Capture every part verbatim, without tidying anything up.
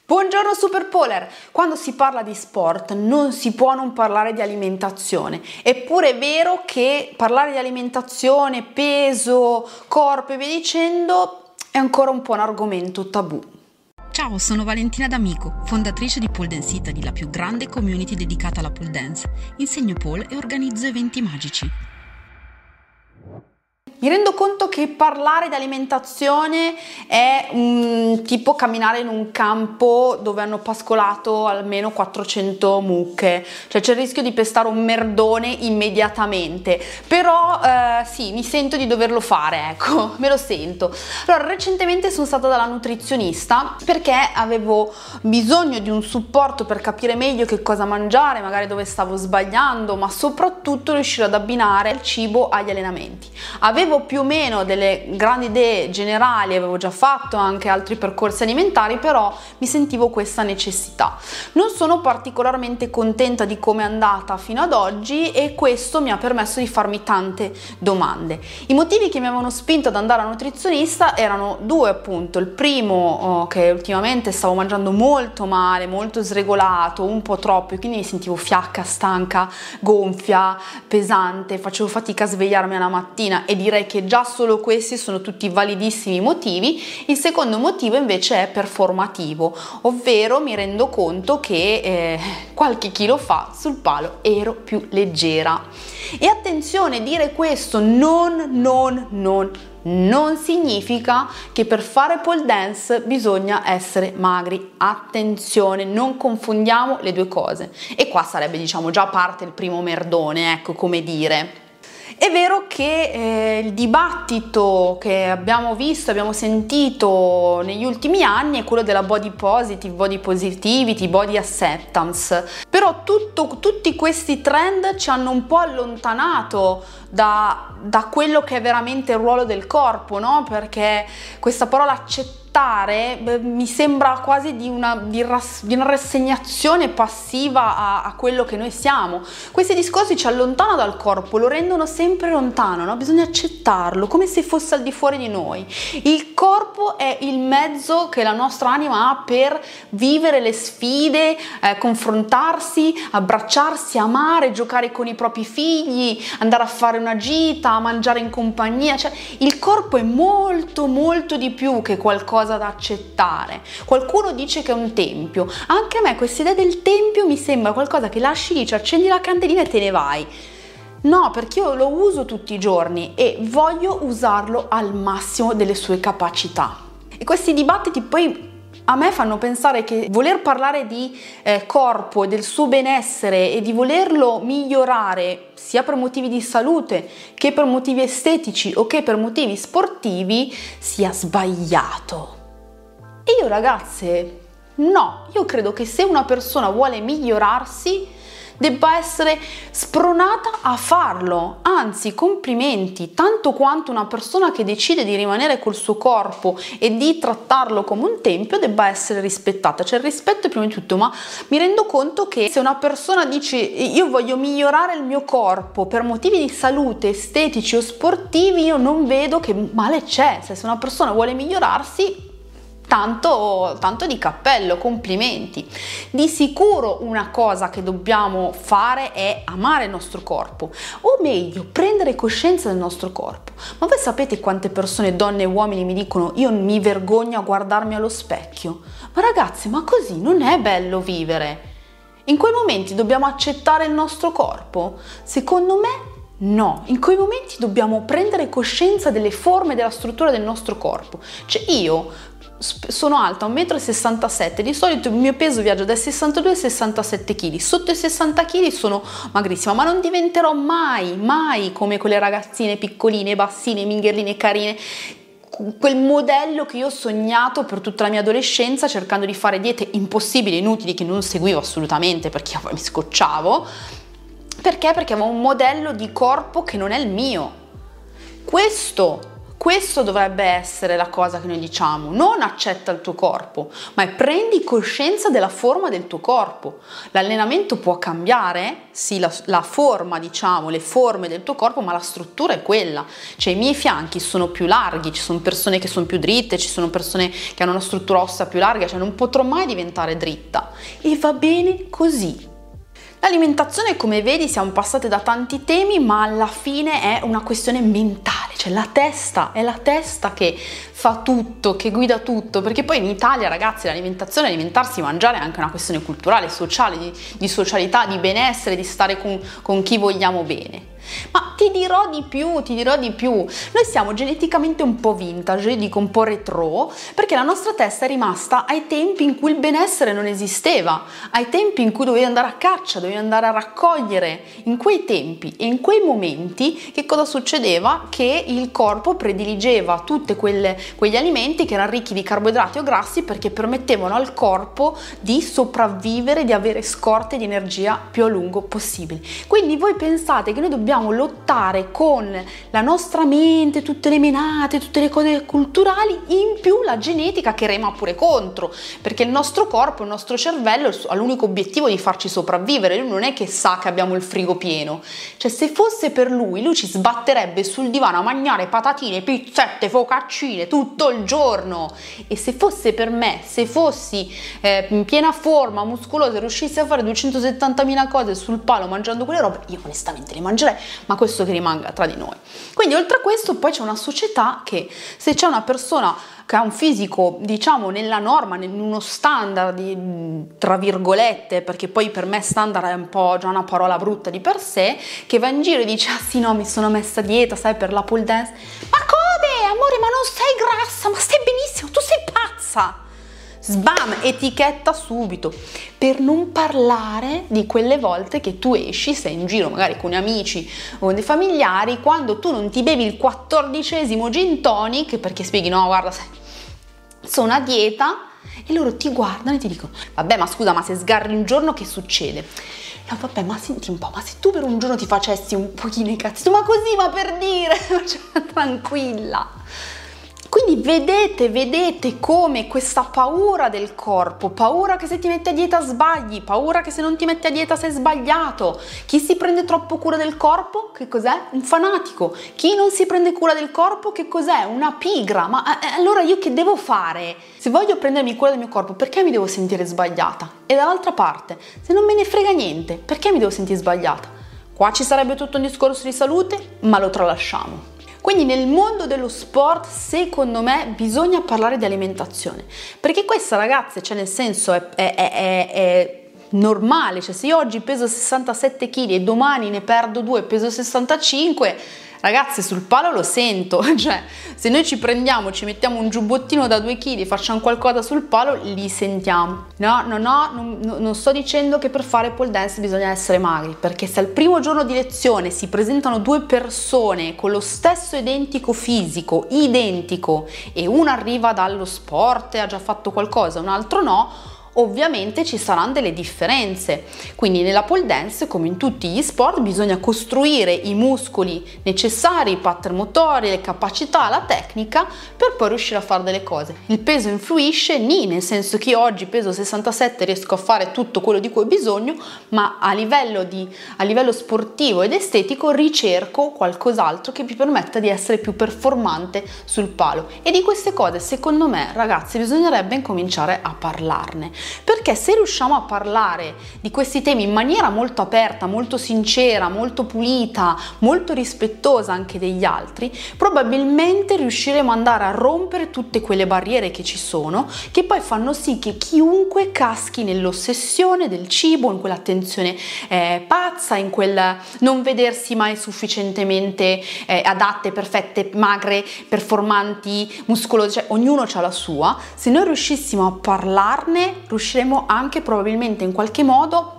Buongiorno Superpoler! Quando si parla di sport non si può non parlare di alimentazione, eppure è vero che parlare di alimentazione, peso, corpo e via dicendo è ancora un po' un argomento tabù. Ciao, sono Valentina D'Amico, fondatrice di Pole Dance Italy, la più grande community dedicata alla pole dance. Insegno pole e organizzo eventi magici. Mi rendo conto che parlare di alimentazione è un tipo camminare in un campo dove hanno pascolato almeno quattrocento mucche, cioè c'è il rischio di pestare un merdone immediatamente, però eh, sì, mi sento di doverlo fare, ecco, me lo sento. Allora, recentemente sono stata dalla nutrizionista perché avevo bisogno di un supporto per capire meglio che cosa mangiare, magari dove stavo sbagliando, ma soprattutto riuscire ad abbinare il cibo agli allenamenti. Avevo più o meno delle grandi idee generali, avevo già fatto anche altri percorsi alimentari, però mi sentivo questa necessità. Non sono particolarmente contenta di come è andata fino ad oggi e questo mi ha permesso di farmi tante domande. I motivi che mi avevano spinto ad andare a nutrizionista erano due, appunto. Il primo, oh, che ultimamente stavo mangiando molto male, molto sregolato, un po' troppo, e quindi mi sentivo fiacca, stanca, gonfia, pesante, facevo fatica a svegliarmi alla mattina e direi che già solo questi sono tutti validissimi motivi. Il secondo motivo invece è performativo, ovvero mi rendo conto che eh, qualche chilo fa sul palo ero più leggera. E attenzione, dire questo non, non, non, non significa che per fare pole dance bisogna essere magri. Attenzione, non confondiamo le due cose. E qua sarebbe, diciamo, già parte il primo merdone, ecco, come dire. È vero che eh, il dibattito che abbiamo visto, abbiamo sentito negli ultimi anni è quello della body positive, body positivity, body acceptance, però tutto, tutti questi trend ci hanno un po' allontanato da, da quello che è veramente il ruolo del corpo, no? Perché questa parola accettare beh, mi sembra quasi di una, di, ras, di una rassegnazione passiva a, a quello che noi siamo. Questi discorsi ci allontanano dal corpo, lo rendono sempre lontano, no? Bisogna accettarlo come se fosse al di fuori di noi. Il corpo è il mezzo che la nostra anima ha per vivere le sfide, eh, confrontarsi, abbracciarsi, amare, giocare con i propri figli, andare a fare una gita, mangiare in compagnia. Cioè, il corpo è molto molto di più che qualcosa da accettare. Qualcuno dice che è un tempio. Anche a me questa idea del tempio mi sembra qualcosa che lasci lì, cioè accendi la candelina e te ne vai. No, perché io lo uso tutti i giorni e voglio usarlo al massimo delle sue capacità. E questi dibattiti poi a me fanno pensare che voler parlare di eh, corpo e del suo benessere e di volerlo migliorare sia per motivi di salute che per motivi estetici o che per motivi sportivi sia sbagliato. E io, ragazze, no, io credo che se una persona vuole migliorarsi debba essere spronata a farlo, anzi complimenti, tanto quanto una persona che decide di rimanere col suo corpo e di trattarlo come un tempio debba essere rispettata. Cioè il rispetto è prima di tutto, ma mi rendo conto che se una persona dice io voglio migliorare il mio corpo per motivi di salute, estetici o sportivi, io non vedo che male c'è. Se una persona vuole migliorarsi, Tanto, tanto di cappello, complimenti. Di sicuro una cosa che dobbiamo fare è amare il nostro corpo, o meglio, prendere coscienza del nostro corpo. Ma voi sapete quante persone, donne e uomini, mi dicono io mi vergogno a guardarmi allo specchio? Ma ragazzi, ma così non è bello vivere. In quei momenti dobbiamo accettare il nostro corpo? Secondo me no, in quei momenti dobbiamo prendere coscienza delle forme e della struttura del nostro corpo. Cioè io sono alta un metro e sessantasette, di solito il mio peso viaggia dai sessantadue ai sessantasette chili, sotto i sessanta chili sono magrissima, ma non diventerò mai, mai come quelle ragazzine piccoline, bassine, mingherline, carine, quel modello che io ho sognato per tutta la mia adolescenza, cercando di fare diete impossibili, inutili, che non seguivo assolutamente perché io mi scocciavo. Perché? Perché avevo un modello di corpo che non è il mio. Questo Questo dovrebbe essere la cosa che noi diciamo, non accetta il tuo corpo, ma è prendi coscienza della forma del tuo corpo. L'allenamento può cambiare, sì, la, la forma, diciamo, le forme del tuo corpo, ma la struttura è quella. Cioè i miei fianchi sono più larghi, ci sono persone che sono più dritte, ci sono persone che hanno una struttura ossea più larga, cioè non potrò mai diventare dritta e va bene così. L'alimentazione, come vedi, siamo passate da tanti temi, ma alla fine è una questione mentale, cioè la testa, è la testa che fa tutto, che guida tutto, perché poi in Italia, ragazzi, l'alimentazione, alimentarsi, mangiare è anche una questione culturale, sociale, di, di socialità, di benessere, di stare con, con chi vogliamo bene. Ma ti dirò di più, ti dirò di più, noi siamo geneticamente un po' vintage, io dico un po' retro, perché la nostra testa è rimasta ai tempi in cui il benessere non esisteva, ai tempi in cui dovevi andare a caccia, dovevi andare a raccogliere. In quei tempi e in quei momenti che cosa succedeva? Che il corpo prediligeva tutti quegli alimenti che erano ricchi di carboidrati o grassi perché permettevano al corpo di sopravvivere, di avere scorte di energia più a lungo possibili. Quindi voi pensate che noi dobbiamo lottare con la nostra mente, tutte le menate, tutte le cose culturali, in più la genetica che rema pure contro, perché il nostro corpo, il nostro cervello ha l'unico obiettivo di farci sopravvivere. Lui non è che sa che abbiamo il frigo pieno, cioè se fosse per lui, lui ci sbatterebbe sul divano a mangiare patatine, pizzette, focaccine tutto il giorno. E se fosse per me, se fossi eh, in piena forma, muscolosa e riuscissi a fare duecentosettantamila cose sul palo mangiando quelle robe, io onestamente le mangerei, ma questo che rimanga tra di noi. Quindi oltre a questo poi c'è una società che, se c'è una persona che ha un fisico diciamo nella norma, in uno standard di, tra virgolette, perché poi per me standard è un po' già una parola brutta di per sé, che va in giro e dice ah sì no mi sono messa a dieta sai per la pole dance, ma come amore, ma non sei grassa, ma stai benissimo, tu sei pazza. Sbam, etichetta subito, per non parlare di quelle volte che tu esci, sei in giro magari con amici o dei familiari, quando tu non ti bevi il quattordicesimo gin tonic perché spieghi no guarda sai, sono a dieta, e loro ti guardano e ti dicono vabbè ma scusa, ma se sgarri un giorno che succede? No vabbè ma senti un po', ma se tu per un giorno ti facessi un pochino i cazzi, ma così, ma per dire, cioè, tranquilla. Quindi vedete, vedete come questa paura del corpo, paura che se ti metti a dieta sbagli, paura che se non ti metti a dieta sei sbagliato. Chi si prende troppo cura del corpo, che cos'è? Un fanatico. Chi non si prende cura del corpo, che cos'è? Una pigra. Ma eh, allora io che devo fare? Se voglio prendermi cura del mio corpo, perché mi devo sentire sbagliata? E dall'altra parte, se non me ne frega niente, perché mi devo sentire sbagliata? Qua ci sarebbe tutto un discorso di salute, ma lo tralasciamo. Quindi nel mondo dello sport, secondo me, bisogna parlare di alimentazione, perché questa, ragazze, cioè nel senso è, è, è, è normale, cioè se io oggi peso sessantasette chili e domani ne perdo due, peso sessantacinque, ragazze, sul palo lo sento, cioè se noi ci prendiamo, ci mettiamo un giubbottino da due chili, facciamo qualcosa sul palo, li sentiamo. No, no, no, non, non sto dicendo che per fare pole dance bisogna essere magri, perché se al primo giorno di lezione si presentano due persone con lo stesso identico fisico, identico, e una arriva dallo sport e ha già fatto qualcosa, un altro no, ovviamente ci saranno delle differenze. Quindi nella pole dance, come in tutti gli sport, bisogna costruire i muscoli necessari, i pattern motori, le capacità, la tecnica, per poi riuscire a fare delle cose. Il peso influisce, nì, nel senso che io oggi peso sessantasette e riesco a fare tutto quello di cui ho bisogno, ma a livello, di, a livello sportivo ed estetico ricerco qualcos'altro che mi permetta di essere più performante sul palo. E di queste cose, secondo me, ragazzi, bisognerebbe incominciare a parlarne. Perché se riusciamo a parlare di questi temi in maniera molto aperta, molto sincera, molto pulita, molto rispettosa anche degli altri, probabilmente riusciremo ad andare a rompere tutte quelle barriere che ci sono, che poi fanno sì che chiunque caschi nell'ossessione del cibo, in quell'attenzione eh, pazza, in quel non vedersi mai sufficientemente eh, adatte, perfette, magre, performanti, muscolose, cioè ognuno ha la sua. Se noi riuscissimo a parlarne, riusciremo anche probabilmente in qualche modo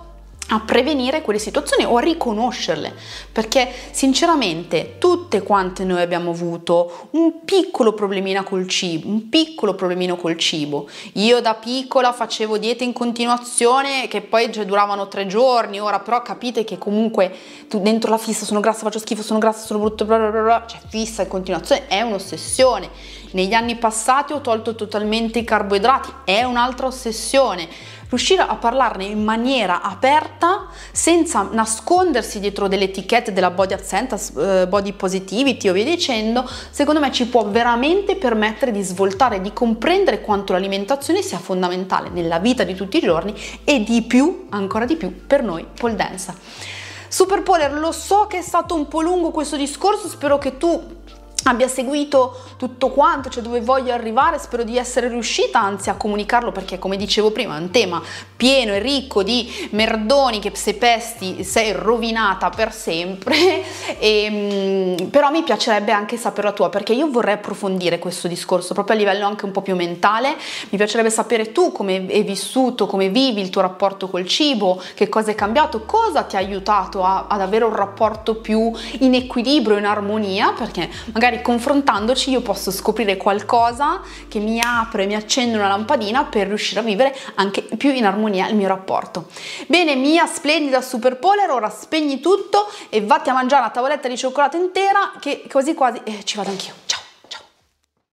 a prevenire quelle situazioni o a riconoscerle, perché sinceramente tutte quante noi abbiamo avuto un piccolo problemino col cibo, un piccolo problemino col cibo. Io da piccola facevo diete in continuazione che poi già duravano tre giorni, ora però capite che comunque tu dentro la fissa, sono grassa, faccio schifo, sono grassa, sono brutto, bla bla bla, cioè fissa in continuazione è un'ossessione. Negli anni passati ho tolto totalmente i carboidrati, è un'altra ossessione. Riuscire a parlarne in maniera aperta senza nascondersi dietro delle etichette della body acceptance, body positivity o via dicendo, secondo me ci può veramente permettere di svoltare, di comprendere quanto l'alimentazione sia fondamentale nella vita di tutti i giorni e di più, ancora di più, per noi pole dancer. Super Poler, lo so che è stato un po' lungo questo discorso, spero che tu abbia seguito tutto quanto, cioè dove voglio arrivare, spero di essere riuscita anzi a comunicarlo, perché come dicevo prima è un tema pieno e ricco di merdoni che se pesti sei rovinata per sempre e, però mi piacerebbe anche sapere la tua, perché io vorrei approfondire questo discorso proprio a livello anche un po' più mentale. Mi piacerebbe sapere tu come hai vissuto, come vivi il tuo rapporto col cibo, che cosa è cambiato, cosa ti ha aiutato a, ad avere un rapporto più in equilibrio, in armonia, perché magari confrontandoci io posso scoprire qualcosa che mi apre, mi accende una lampadina per riuscire a vivere anche più in armonia il mio rapporto. Bene, mia splendida Super Poler, ora spegni tutto e vatti a mangiare una tavoletta di cioccolato intera, che quasi quasi eh, ci vado anch'io. Ciao!